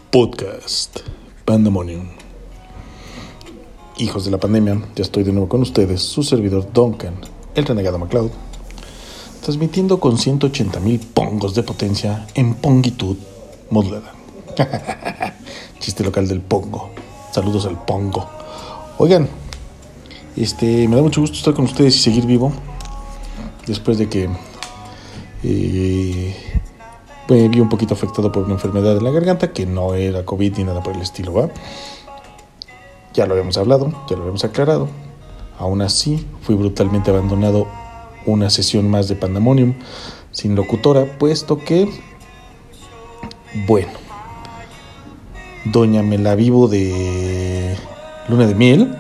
Podcast Pandemonium. Hijos de la pandemia, ya estoy de nuevo con ustedes, su servidor Duncan, el renegado MacLeod, transmitiendo con 180,000 pongos de potencia en pongitud modulada. Chiste local del pongo. Saludos al pongo. Oigan, me da mucho gusto estar con ustedes y seguir vivo después de que me vi un poquito afectado por una enfermedad de la garganta que no era COVID ni nada por el estilo, ¿va? Ya lo habíamos hablado, ya lo habíamos aclarado. Aún así, fui brutalmente abandonado una sesión más de Pandemonium sin locutora, puesto que, bueno, doña Melavivo de Luna de Miel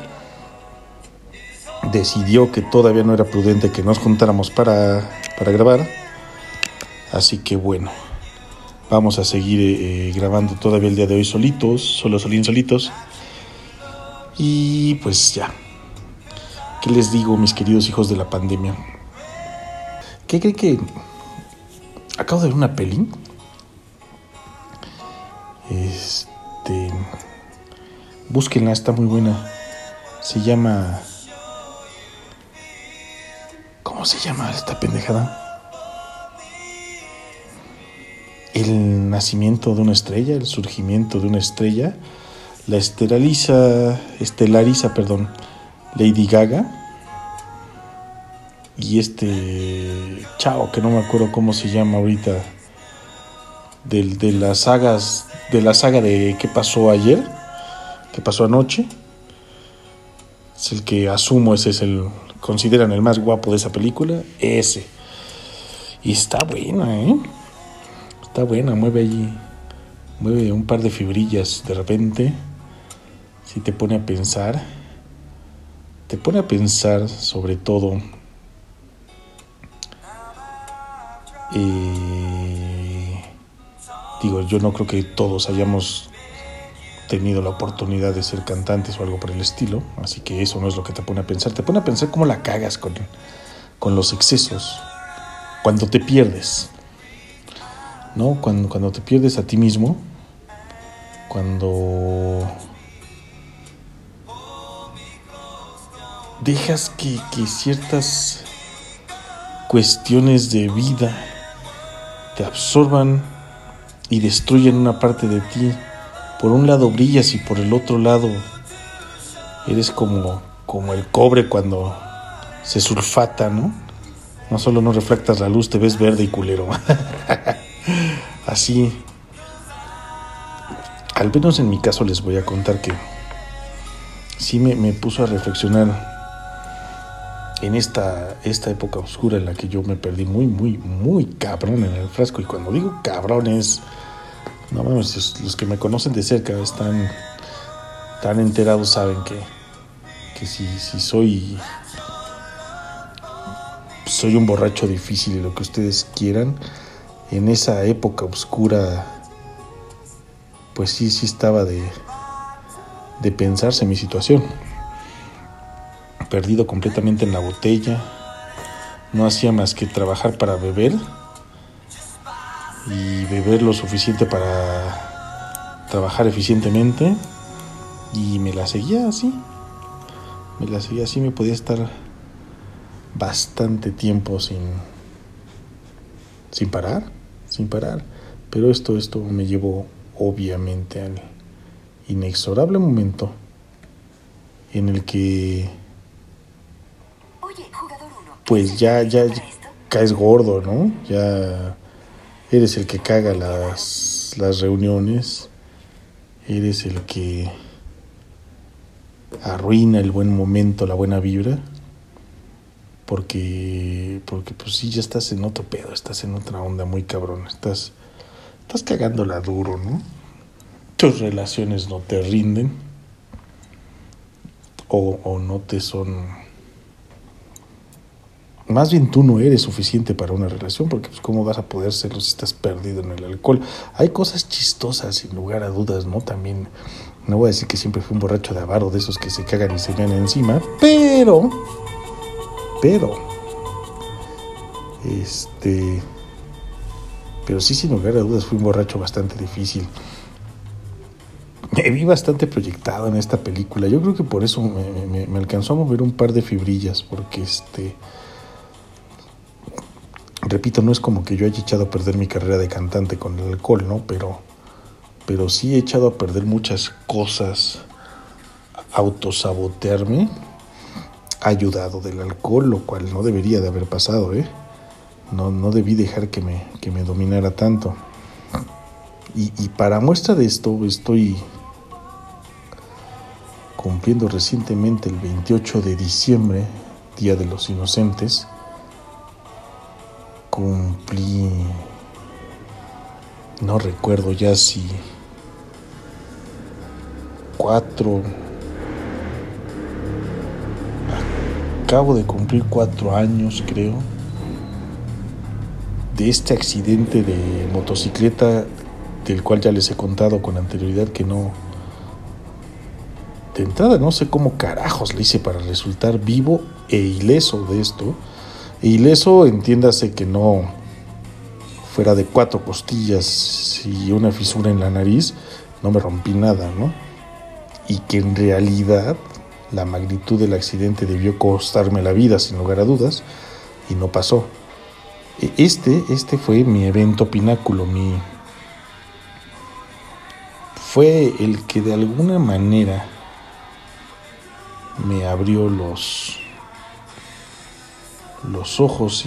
decidió que todavía no era prudente que nos juntáramos para grabar. Así que bueno, vamos a seguir grabando todavía el día de hoy solitos. Y pues ya, ¿qué les digo, mis queridos hijos de la pandemia? ¿Qué creen que acabo de ver una peli? Búsquenla, está muy buena. Se llama... ¿Cómo se llama esta pendejada? El nacimiento de una estrella, el surgimiento de una estrella. La estelariza, Lady Gaga. Y chao, que no me acuerdo cómo se llama ahorita, de las sagas, de la saga de ¿Qué pasó ayer? ¿Qué pasó anoche? Es el que asumo, consideran el más guapo de esa película, ese. Y está buena, está buena, mueve un par de fibrillas de repente. Si te pone a pensar sobre todo. Yo no creo que todos hayamos tenido la oportunidad de ser cantantes o algo por el estilo, así que eso no es lo que te pone a pensar. Te pone a pensar cómo la cagas con los excesos, cuando te pierdes, ¿no? Cuando te pierdes a ti mismo, cuando dejas que ciertas cuestiones de vida te absorban y destruyen una parte de ti. Por un lado brillas y por el otro lado eres como el cobre cuando se sulfata, ¿no? No solo no reflectas la luz, te ves verde y culero. Así, al menos en mi caso les voy a contar que sí me puso a reflexionar en esta época oscura en la que yo me perdí muy, muy, muy cabrón en el frasco. Y cuando digo cabrón es... No mames, los que me conocen de cerca están tan enterados, saben que si soy un borracho difícil y lo que ustedes quieran. En esa época oscura, pues sí estaba de pensarse mi situación. Perdido completamente en la botella, no hacía más que trabajar para beber y beber lo suficiente para trabajar eficientemente, y me la seguía así, me podía estar bastante tiempo sin parar, pero esto me llevó obviamente al inexorable momento en el que pues ya caes gordo, ¿no? Ya eres el que caga las reuniones, eres el que arruina el buen momento, la buena vibra, porque pues sí, ya estás en otro pedo, estás en otra onda muy cabrón, estás cagándola duro, ¿no? Tus relaciones no te rinden o no te son... Más bien tú no eres suficiente para una relación, porque pues cómo vas a poder serlo si estás perdido en el alcohol. Hay cosas chistosas, sin lugar a dudas, ¿no? También, no voy a decir que siempre fui un borracho de avaro, de esos que se cagan y se mean encima, pero sí, sin lugar a dudas, fui un borracho bastante difícil. me vi bastante proyectado en esta película. Yo creo que por eso me alcanzó a mover un par de fibrillas, porque repito, no es como que yo haya echado a perder mi carrera de cantante con el alcohol, ¿no? Pero sí he echado a perder muchas cosas. Autosabotearme ha ayudado del alcohol, lo cual no debería de haber pasado, ¿eh? No debí dejar que me dominara tanto. Y para muestra de esto, estoy cumpliendo recientemente el 28 de diciembre, Día de los Inocentes. Cumplí, no recuerdo ya si 4, acabo de cumplir 4 años, creo, de este accidente de motocicleta, del cual ya les he contado con anterioridad que no, de entrada no sé cómo carajos le hice para resultar vivo e ileso de esto. E ileso, entiéndase que no fuera de 4 costillas y una fisura en la nariz, no me rompí nada, ¿no? Y que en realidad la magnitud del accidente debió costarme la vida, sin lugar a dudas, y no pasó. Este fue mi evento pináculo, fue el que de alguna manera me abrió los ojos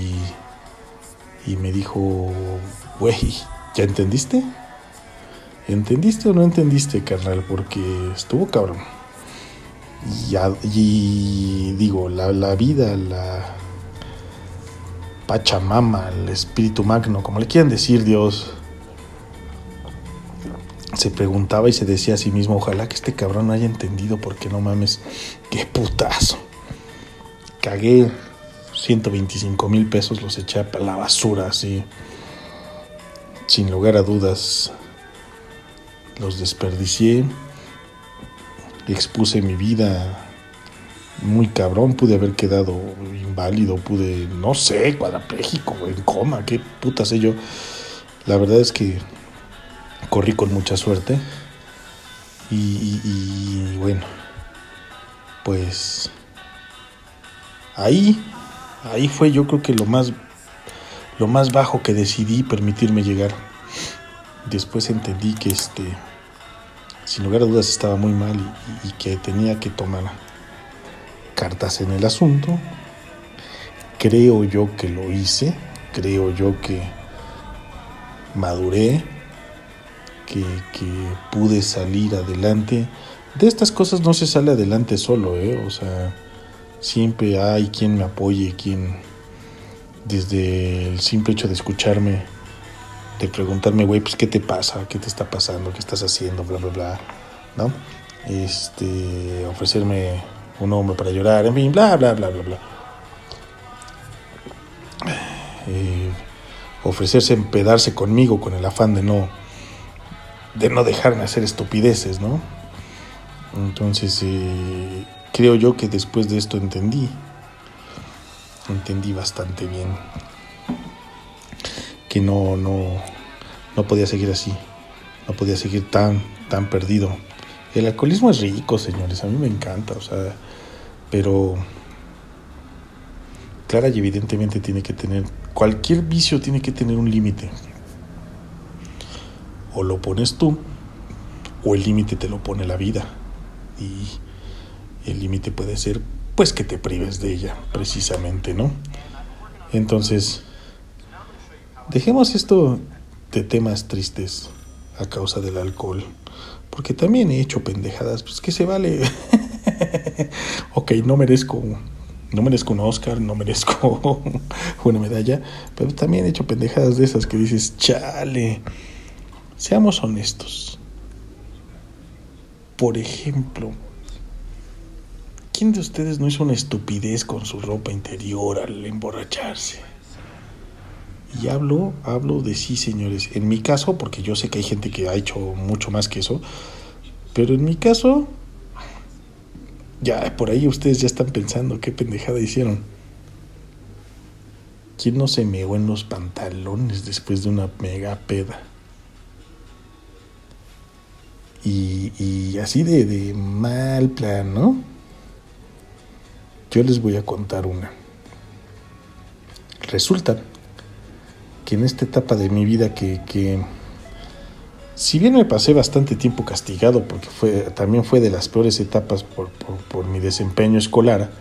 y me dijo, güey, ¿ya entendiste? ¿Entendiste o no entendiste, carnal? Porque estuvo cabrón. Y digo, la vida, la Pachamama, el espíritu magno, como le quieran decir, Dios, se preguntaba y se decía a sí mismo, ojalá que este cabrón no haya entendido, porque no mames, qué putazo. Cagué 125,000 pesos, los eché a la basura, así, sin lugar a dudas, los desperdicié, expuse mi vida muy cabrón, pude haber quedado inválido, no sé, cuadrapléjico, en coma, qué puta sé yo. La verdad es que corrí con mucha suerte y bueno, pues ahí fue, yo creo que lo más bajo que decidí permitirme llegar. Después entendí que sin lugar a dudas estaba muy mal y que tenía que tomar cartas en el asunto. Creo yo que lo hice, creo yo que maduré, que pude salir adelante. De estas cosas no se sale adelante solo, o sea, siempre hay quien me apoye, quien desde el simple hecho de escucharme, de preguntarme, güey, pues qué te pasa, qué te está pasando, qué estás haciendo, bla, bla, bla, ¿no? Ofrecerme un hombro para llorar, en fin, bla, bla, bla, bla, bla. Ofrecerse empedarse conmigo con el afán de no dejarme hacer estupideces, ¿no? Entonces, creo yo que después de esto entendí bastante bien que no podía seguir así, no podía seguir tan perdido. El alcoholismo es rico, señores, a mí me encanta, o sea, pero clara y evidentemente cualquier vicio tiene que tener un límite. O lo pones tú, o el límite te lo pone la vida. Y el límite puede ser, pues, que te prives de ella, precisamente, ¿no? Entonces, dejemos esto de temas tristes a causa del alcohol, porque también he hecho pendejadas, pues que se vale. Ok, no merezco un Oscar, no merezco una medalla, pero también he hecho pendejadas de esas que dices, chale. Seamos honestos. Por ejemplo, ¿quién de ustedes no hizo una estupidez con su ropa interior al emborracharse? Y hablo de sí, señores. En mi caso, porque yo sé que hay gente que ha hecho mucho más que eso, pero en mi caso, ya por ahí ustedes ya están pensando qué pendejada hicieron. ¿Quién no se meó en los pantalones después de una mega peda? y así de mal plan, ¿no? Yo les voy a contar una. Resulta que en esta etapa de mi vida que si bien me pasé bastante tiempo castigado, porque también fue de las peores etapas por mi desempeño escolar,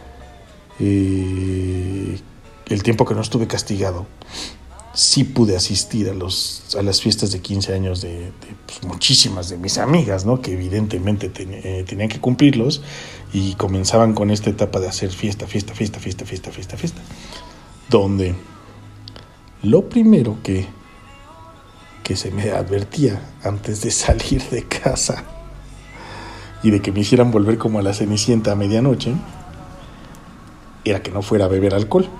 el tiempo que no estuve castigado, sí pude asistir a las fiestas de 15 años de pues, muchísimas de mis amigas, ¿no? Que evidentemente tenían que cumplirlos y comenzaban con esta etapa de hacer fiesta, donde lo primero que se me advertía antes de salir de casa y de que me hicieran volver como a la Cenicienta a medianoche era que no fuera a beber alcohol,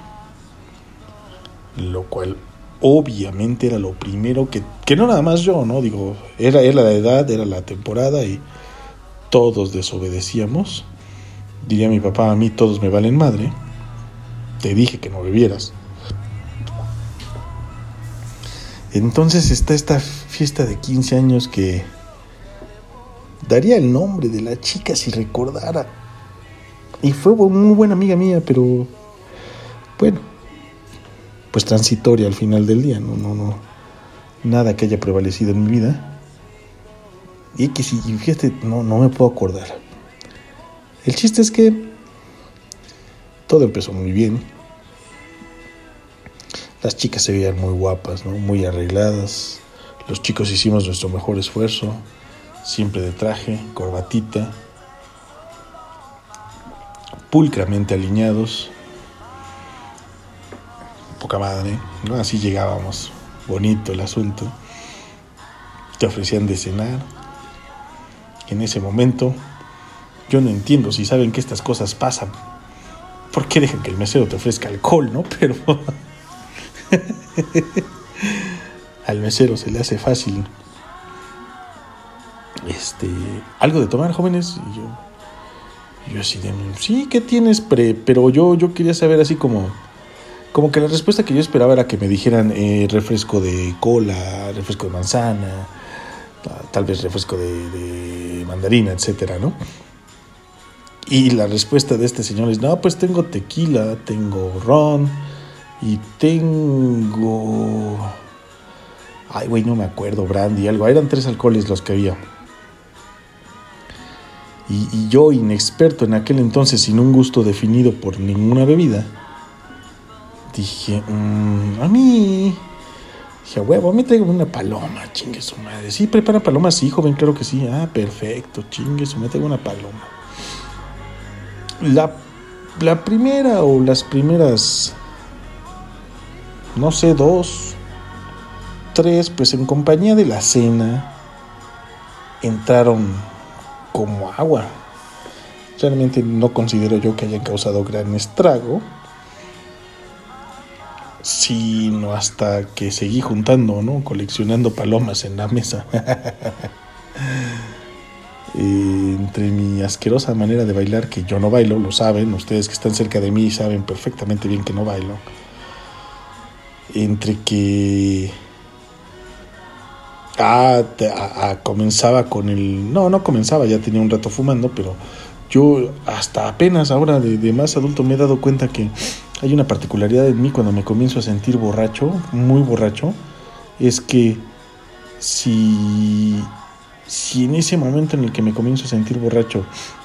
lo cual obviamente era lo primero que no nada más yo, ¿no? Digo, era la edad, era la temporada y todos desobedecíamos. Diría mi papá, a mí todos me valen madre, te dije que no bebieras. Entonces está esta fiesta de 15 años que daría el nombre de la chica si recordara. Y fue muy buena amiga mía, pero bueno, pues transitoria al final del día, no, nada que haya prevalecido en mi vida. Y que si, fíjate, no me puedo acordar. El chiste es que todo empezó muy bien. Las chicas se veían muy guapas, ¿no? Muy arregladas. Los chicos hicimos nuestro mejor esfuerzo, siempre de traje, corbatita, pulcramente alineados. Poca madre, ¿no? Así llegábamos, bonito el asunto. Te ofrecían de cenar. En ese momento, yo no entiendo si saben que estas cosas pasan. ¿Por qué dejan que el mesero te ofrezca alcohol, no? Pero al mesero se le hace fácil algo de tomar, jóvenes. Y yo así de, sí, ¿qué tienes, pero yo quería saber así como que la respuesta que yo esperaba era que me dijeran refresco de cola, refresco de manzana, tal vez refresco de mandarina, etcétera, ¿no? Y la respuesta de este señor es, no, pues tengo tequila, tengo ron y tengo... Ay, güey, no me acuerdo, brandy, algo. Eran 3 alcoholes los que había. Y yo, inexperto en aquel entonces, sin un gusto definido por ninguna bebida, dije, a mí... Dije, huevo, a mí traigo una paloma, chingue su madre. Sí, prepara palomas, sí, joven, claro que sí. Ah, perfecto, chingue su madre, traigo una paloma. La primera o las primeras, no sé, 2, 3, pues en compañía de la cena, entraron como agua. Realmente no considero yo que hayan causado gran estrago, sino hasta que seguí juntando, ¿no? Coleccionando palomas en la mesa. Entre mi asquerosa manera de bailar, que yo no bailo, lo saben, ustedes que están cerca de mí saben perfectamente bien que no bailo, entre que comenzaba con el... No comenzaba, ya tenía un rato fumando, pero yo hasta apenas ahora de más adulto me he dado cuenta que hay una particularidad en mí cuando me comienzo a sentir borracho, muy borracho, es que si en ese momento en el que me comienzo a sentir borracho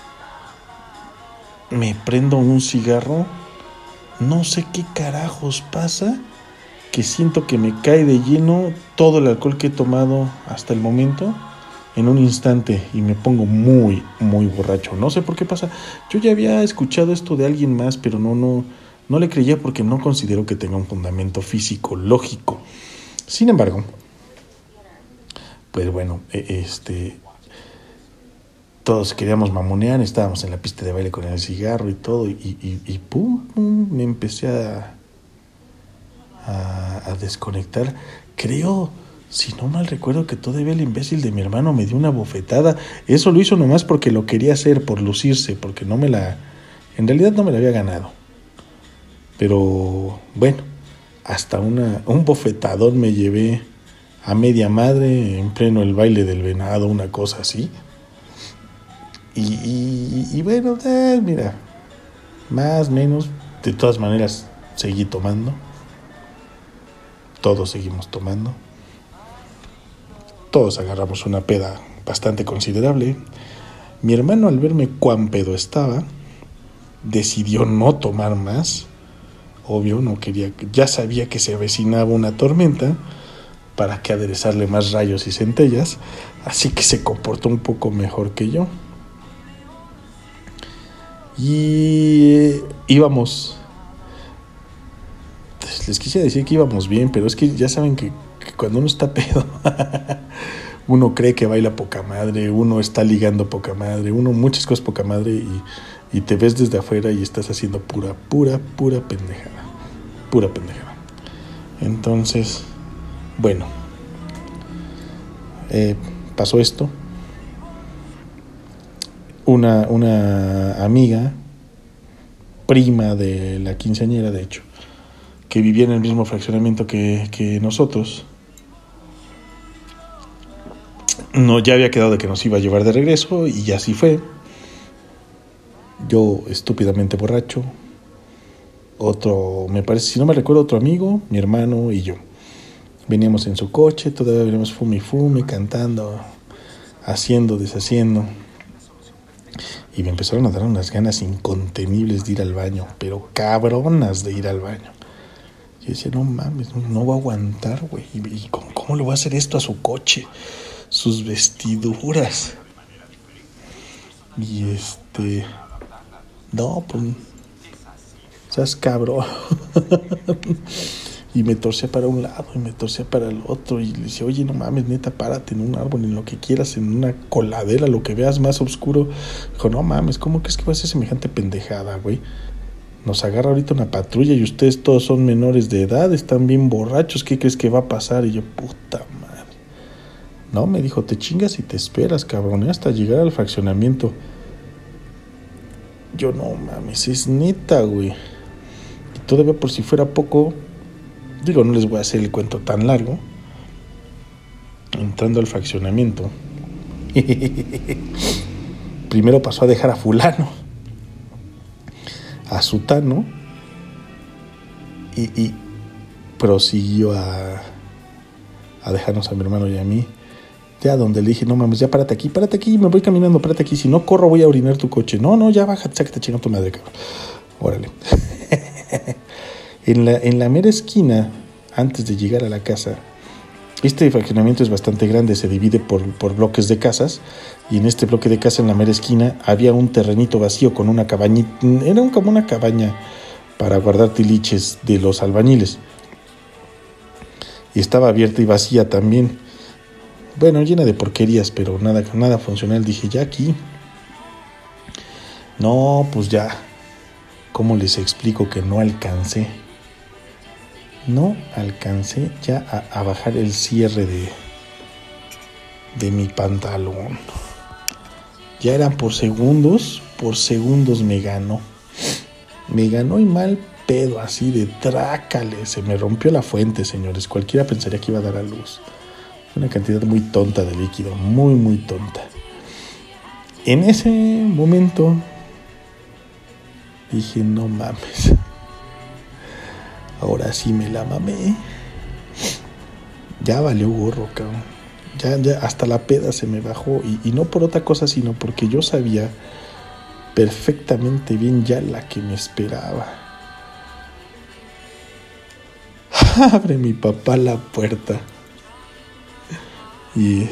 me prendo un cigarro, no sé qué carajos pasa, que siento que me cae de lleno todo el alcohol que he tomado hasta el momento en un instante y me pongo muy, muy borracho. No sé por qué pasa. Yo ya había escuchado esto de alguien más, pero no le creía porque no considero que tenga un fundamento físico, lógico. Sin embargo, pues bueno, todos queríamos mamonear, estábamos en la pista de baile con el cigarro y todo, y pum, me empecé a desconectar. Creo, si no mal recuerdo, que todavía el imbécil de mi hermano me dio una bofetada. Eso lo hizo nomás porque lo quería hacer, por lucirse, porque en realidad no me la había ganado. Pero bueno, hasta un bofetadón me llevé a media madre, en pleno el baile del venado, una cosa así. Y bueno, mira, más, menos, de todas maneras, seguí tomando. Todos seguimos tomando. Todos agarramos una peda bastante considerable. Mi hermano, al verme cuán pedo estaba, decidió no tomar más. Obvio, no quería, ya sabía que se avecinaba una tormenta, para que aderezarle más rayos y centellas, así que se comportó un poco mejor que yo. Y íbamos, les quisiera decir que íbamos bien, pero es que ya saben que cuando uno está pedo, uno cree que baila poca madre, uno está ligando poca madre, uno muchas cosas poca madre, y te ves desde afuera y estás haciendo pura pendejada. Entonces, bueno, pasó esto. Una amiga, prima de la quinceañera, de hecho, que vivía en el mismo fraccionamiento que nosotros, ya había quedado de que nos iba a llevar de regreso, y así fue. Yo, estúpidamente borracho, otro, me parece, si no me recuerdo, otro amigo, mi hermano y yo. Veníamos en su coche, todavía veníamos fume, cantando, haciendo, deshaciendo. Y me empezaron a dar unas ganas incontenibles de ir al baño, pero cabronas de ir al baño. Yo decía, no mames, no va a aguantar, güey. ¿Y cómo le voy a hacer esto a su coche? Sus vestiduras. Y no, pues, seas cabrón. Y me torcía para un lado y me torcía para el otro, y le decía, oye, no mames, neta, párate en un árbol, en lo que quieras, en una coladera, lo que veas más oscuro. Dijo, no mames, ¿cómo crees que va a ser semejante pendejada, güey? Nos agarra ahorita una patrulla y ustedes todos son menores de edad, están bien borrachos, ¿qué crees que va a pasar? Y yo, puta madre. No, me dijo, te chingas y te esperas, cabrón, hasta llegar al fraccionamiento. Yo, no mames, es neta, güey. Y todavía, por si fuera poco, digo, no les voy a hacer el cuento tan largo. Entrando al fraccionamiento, primero pasó a dejar a fulano, a sutano, y prosiguió a dejarnos a mi hermano y a mí. Ya donde le dije, no mames, ya párate aquí, me voy caminando, párate aquí, si no corro voy a orinar tu coche. No, ya bájate, sácate chingando tu madre, cabrón. Órale. En la mera esquina, antes de llegar a la casa, este fraccionamiento es bastante grande, se divide por bloques de casas, y en este bloque de casa, en la mera esquina, había un terrenito vacío con una cabañita, era como una cabaña para guardar tiliches de los albañiles, y estaba abierta y vacía también, bueno, llena de porquerías, pero nada funcional. Dije, ya aquí, no, pues ya, ¿cómo les explico que no alcancé? No alcancé ya a bajar el cierre de mi pantalón. Ya eran por segundos me ganó. Me ganó y mal pedo, así de trácale. Se me rompió la fuente, señores. Cualquiera pensaría que iba a dar a luz. Una cantidad muy tonta de líquido, muy tonta. En ese momento dije, no mames. Ahora sí me la mamé. Ya valió gorro, cabrón. Ya hasta la peda se me bajó. Y no por otra cosa, sino porque yo sabía perfectamente bien ya la que me esperaba. Abre mi papá la puerta. Y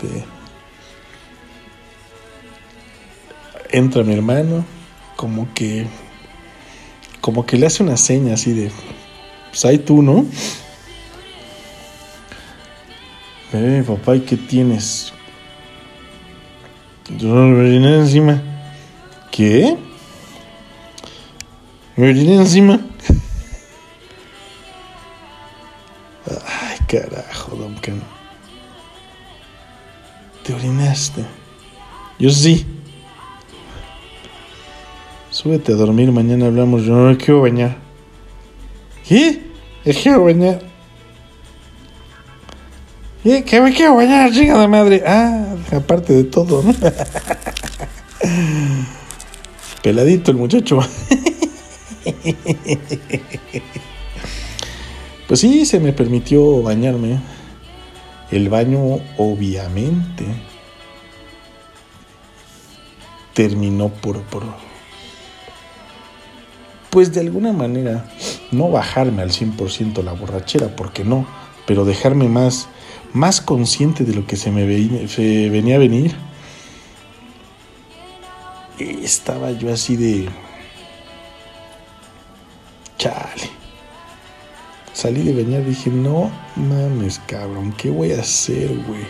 entra mi hermano, como que le hace una seña así de, pues ahí tú, ¿no? Papá, ¿y qué tienes? Yo me oriné encima. ¿Qué? Me oriné encima. Ay, carajo, don Ken. ¿Te orinaste? Yo sí. Súbete a dormir, mañana hablamos. Yo no me quiero bañar. ¿Qué? Me quiero bañar. Que me quiero bañar, chingada madre. Ah, aparte de todo, ¿no? Peladito el muchacho. Pues sí, se me permitió bañarme. El baño, obviamente, terminó por pues de alguna manera, no bajarme al 100% la borrachera, porque no, pero dejarme más consciente de lo que se venía a venir. Estaba yo así de... Chale. Salí de bañar y dije, no mames, cabrón, ¿qué voy a hacer, güey?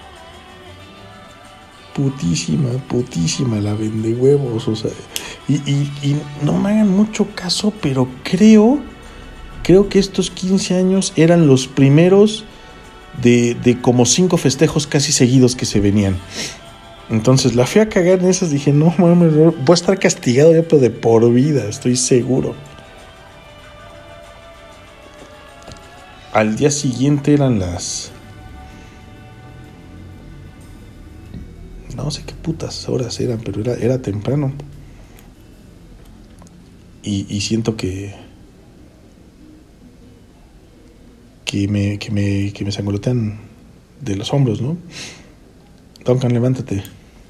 Putísima la vende huevos, o sea, y no me hagan mucho caso, pero creo que estos 15 años eran los primeros de como 5 festejos casi seguidos que se venían. Entonces la fui a cagar en esas, dije, no mames, voy a estar castigado ya, pero de por vida, estoy seguro. Al día siguiente eran no sé qué putas horas eran, pero era temprano. Y siento que me sangolotean de los hombros, ¿no? Duncan, levántate.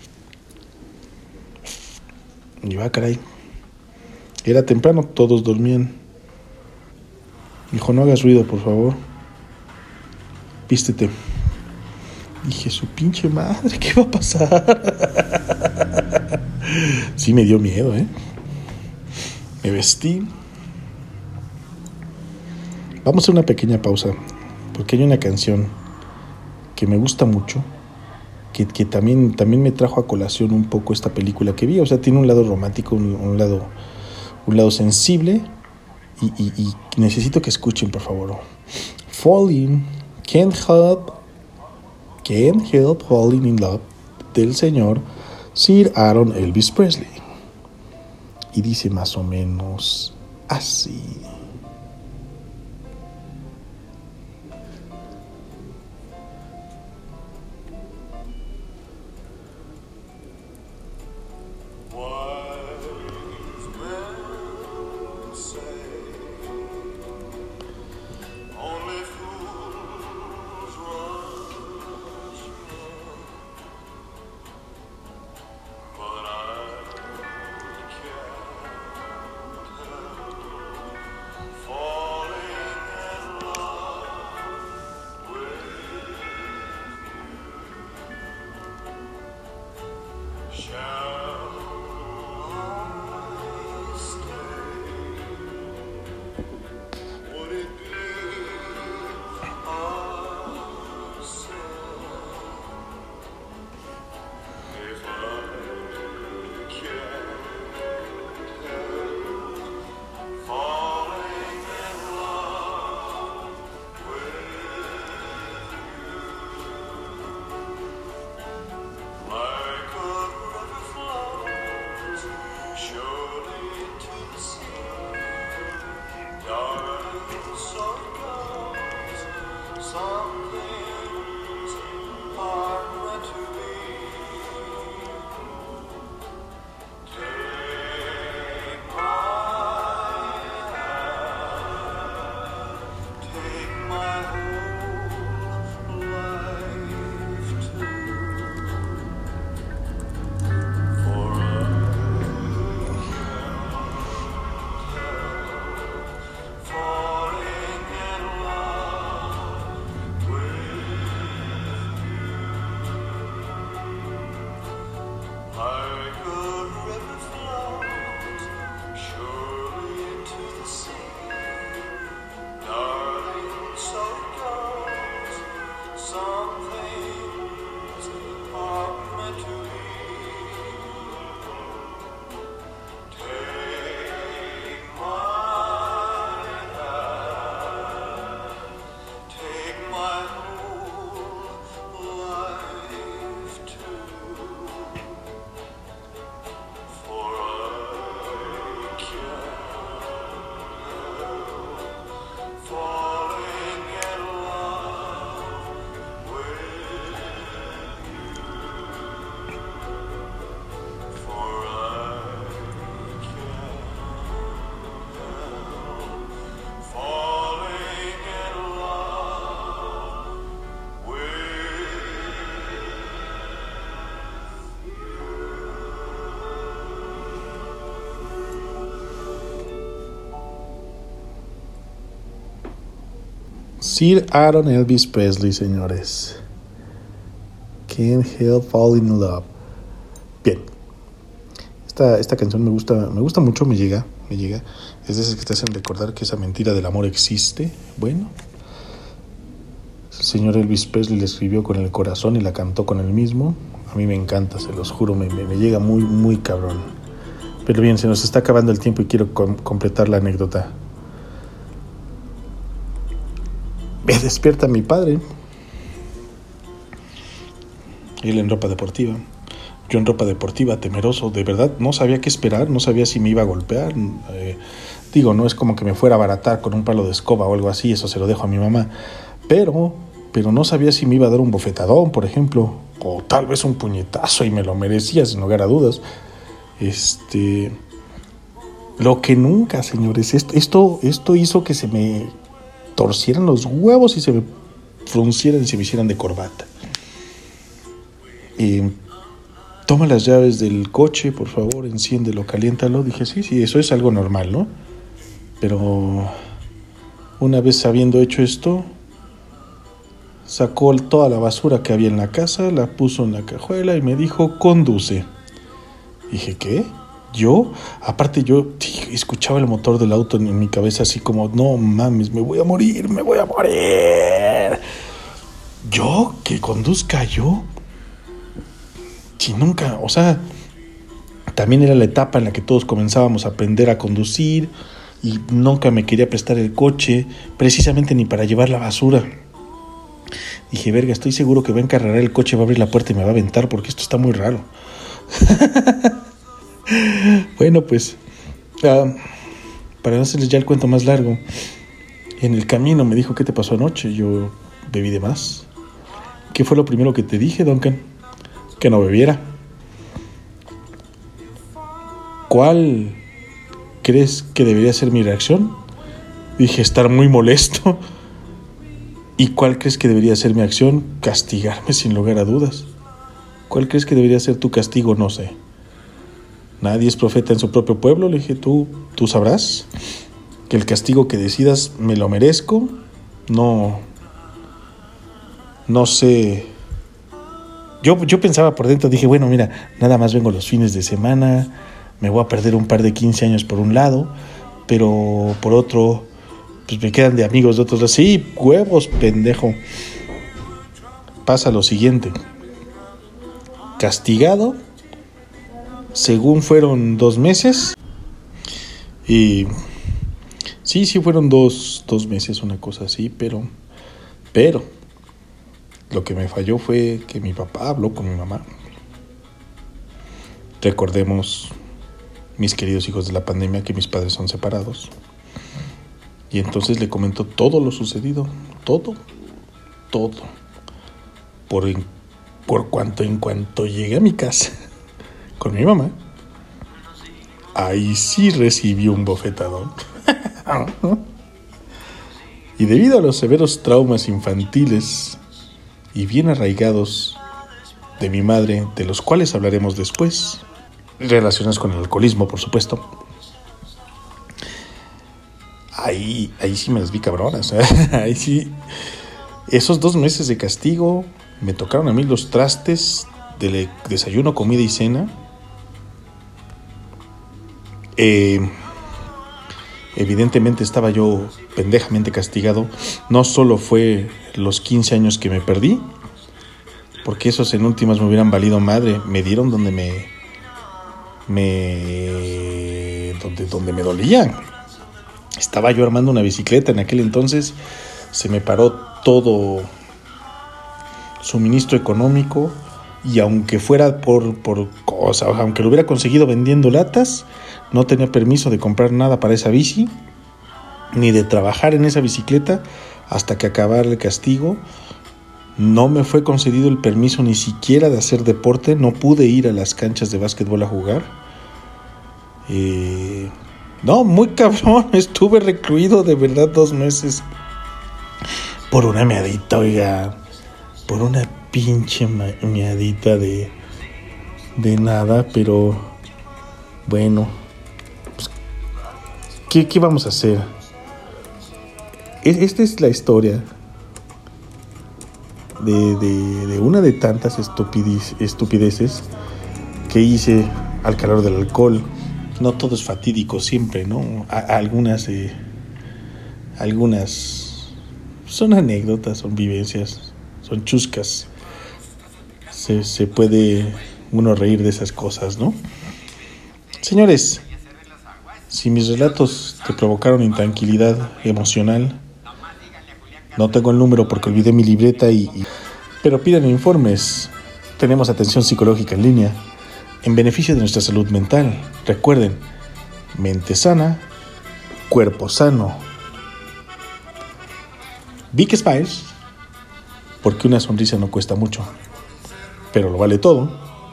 Y va, caray. Era temprano, todos dormían. Dijo, no hagas ruido, por favor. Vístete. Dije, su pinche madre, ¿qué va a pasar? Sí me dio miedo, ¿eh? Me vestí. Vamos a hacer una pequeña pausa, porque hay una canción que me gusta mucho, que también me trajo a colación un poco esta película que vi. O sea, tiene un lado romántico, un lado sensible, y necesito que escuchen, por favor. Falling, Can't Help Falling in Love, del señor Sir Aaron Elvis Presley. Y dice más o menos así. Sir Aaron Elvis Presley, señores. Can't Help Falling in Love. Bien. Esta canción me gusta mucho, me llega. Es de esas que te hacen recordar que esa mentira del amor existe. Bueno, el señor Elvis Presley la escribió con el corazón y la cantó con el mismo. A mí me encanta, se los juro, me llega muy, muy cabrón. Pero bien, se nos está acabando el tiempo y quiero completar la anécdota. Me despierta mi padre. Él en ropa deportiva. Yo en ropa deportiva, temeroso. De verdad, no sabía qué esperar. No sabía si me iba a golpear. No es como que me fuera a baratar con un palo de escoba o algo así. Eso se lo dejo a mi mamá. Pero no sabía si me iba a dar un bofetadón, por ejemplo. O tal vez un puñetazo y me lo merecía, sin lugar a dudas. Lo que nunca, señores. Esto hizo que se me torcieran los huevos y se me fruncieran y se me hicieran de corbata. Toma las llaves del coche, por favor, enciéndelo, caliéntalo. Dije, sí, eso es algo normal, ¿no? Pero una vez habiendo hecho esto, sacó toda la basura que había en la casa, la puso en la cajuela y me dijo, conduce. Dije, ¿qué? ¿Yo? Aparte yo escuchaba el motor del auto en mi cabeza así como, no mames, me voy a morir. ¿Yo? ¿Que conduzca yo? Si nunca, o sea, también era la etapa en la que todos comenzábamos a aprender a conducir y nunca me quería prestar el coche, precisamente ni para llevar la basura. Dije, verga, estoy seguro que va a encarrilar el coche, va a abrir la puerta y me va a aventar porque esto está muy raro. Bueno, pues, para no hacerles ya el cuento más largo, en el camino me dijo, ¿qué te pasó anoche? Yo bebí de más. ¿Qué fue lo primero que te dije, Duncan? Que no bebiera. ¿Cuál crees que debería ser mi reacción? Dije, estar muy molesto. ¿Y cuál crees que debería ser mi acción? Castigarme sin lugar a dudas. ¿Cuál crees que debería ser tu castigo? No sé. Nadie es profeta en su propio pueblo. Le dije, tú sabrás que el castigo que decidas me lo merezco. No sé. Yo pensaba por dentro, dije, bueno, mira, nada más vengo los fines de semana, me voy a perder un par de 15 años por un lado, pero por otro, pues me quedan de amigos de otros lados. Sí, huevos, pendejo. Pasa lo siguiente. Castigado, según fueron 2 meses, y sí fueron dos meses, una cosa así, pero lo que me falló fue que mi papá habló con mi mamá. Recordemos, mis queridos hijos de la pandemia, que mis padres son separados. Y entonces le comentó todo lo sucedido. Todo. En cuanto llegué a mi casa con mi mamá, ahí sí recibí un bofetadón. Y debido a los severos traumas infantiles y bien arraigados de mi madre, de los cuales hablaremos después, relacionados con el alcoholismo, por supuesto, ahí sí me las vi cabronas. Ahí sí, esos 2 meses de castigo me tocaron a mí los trastes de desayuno, comida y cena. Evidentemente estaba yo pendejamente castigado. No solo fue los 15 años que me perdí, porque esos en últimas me hubieran valido madre. Me dieron donde me dolía. Estaba yo armando una bicicleta en aquel entonces. Se me paró todo suministro económico, y aunque fuera por cosa, aunque lo hubiera conseguido vendiendo latas, no tenía permiso de comprar nada para esa bici, ni de trabajar en esa bicicleta hasta que acabara el castigo. No me fue concedido el permiso ni siquiera de hacer deporte. No pude ir a las canchas de básquetbol a jugar. No, muy cabrón. Estuve recluido de verdad 2 meses por una meadita, oiga. Por una pinche meadita de nada, pero bueno, pues, ¿qué vamos a hacer? Esta es la historia de una de tantas estupideces que hice al calor del alcohol. No todo es fatídico siempre, ¿no? Algunas son anécdotas, son vivencias, son chuscas. Se puede uno reír de esas cosas, ¿no? Señores, si mis relatos te provocaron intranquilidad emocional, no tengo el número porque olvidé mi libreta pero pidan informes. Tenemos atención psicológica en línea en beneficio de nuestra salud mental. Recuerden, mente sana, cuerpo sano. Vic Smiles, porque una sonrisa no cuesta mucho, pero lo vale todo.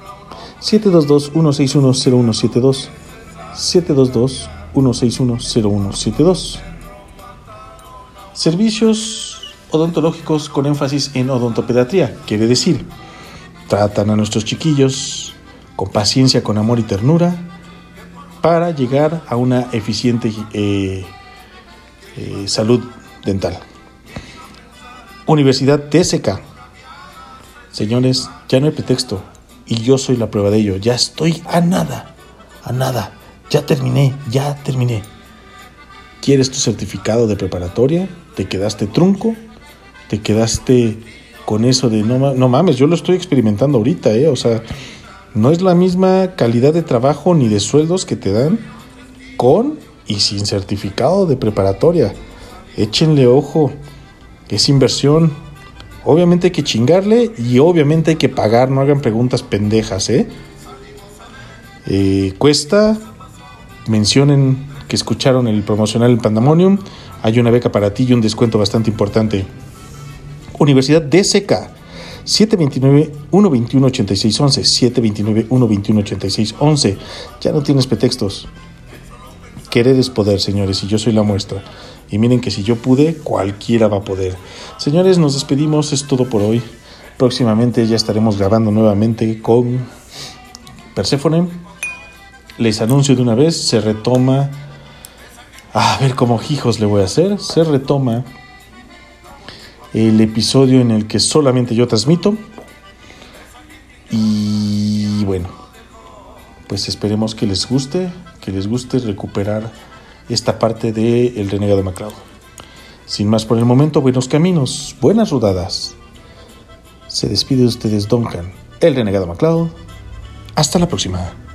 722-161-0172 722-161-0172. Servicios odontológicos con énfasis en odontopediatría. Quiere decir, tratan a nuestros chiquillos con paciencia, con amor y ternura para llegar a una eficiente salud dental. Universidad TSK. Señores, ya no hay pretexto y yo soy la prueba de ello. Ya estoy a nada. Ya terminé. ¿Quieres tu certificado de preparatoria? ¿Te quedaste trunco? ¿Te quedaste con eso de no mames? Yo lo estoy experimentando ahorita, o sea, no es la misma calidad de trabajo ni de sueldos que te dan con y sin certificado de preparatoria. Échenle ojo, es inversión. Obviamente hay que chingarle y obviamente hay que pagar, no hagan preguntas pendejas, cuesta. Mencionen que escucharon el promocional en Pandemonium. Hay una beca para ti y un descuento bastante importante. Universidad DSK 729-121-8611 729-121-8611. Ya no tienes pretextos. Querer es poder, señores, y yo soy la muestra. Y miren que si yo pude, cualquiera va a poder. Señores, nos despedimos, es todo por hoy. Próximamente ya estaremos grabando nuevamente con Perséfone. Les anuncio de una vez, se retoma. A ver cómo hijos le voy a hacer. Se retoma el episodio en el que solamente yo transmito. Y bueno, pues esperemos que les guste recuperar esta parte de El Renegado MacLeod. Sin más por el momento, buenos caminos, buenas rodadas. Se despide de ustedes Duncan, El Renegado MacLeod. Hasta la próxima.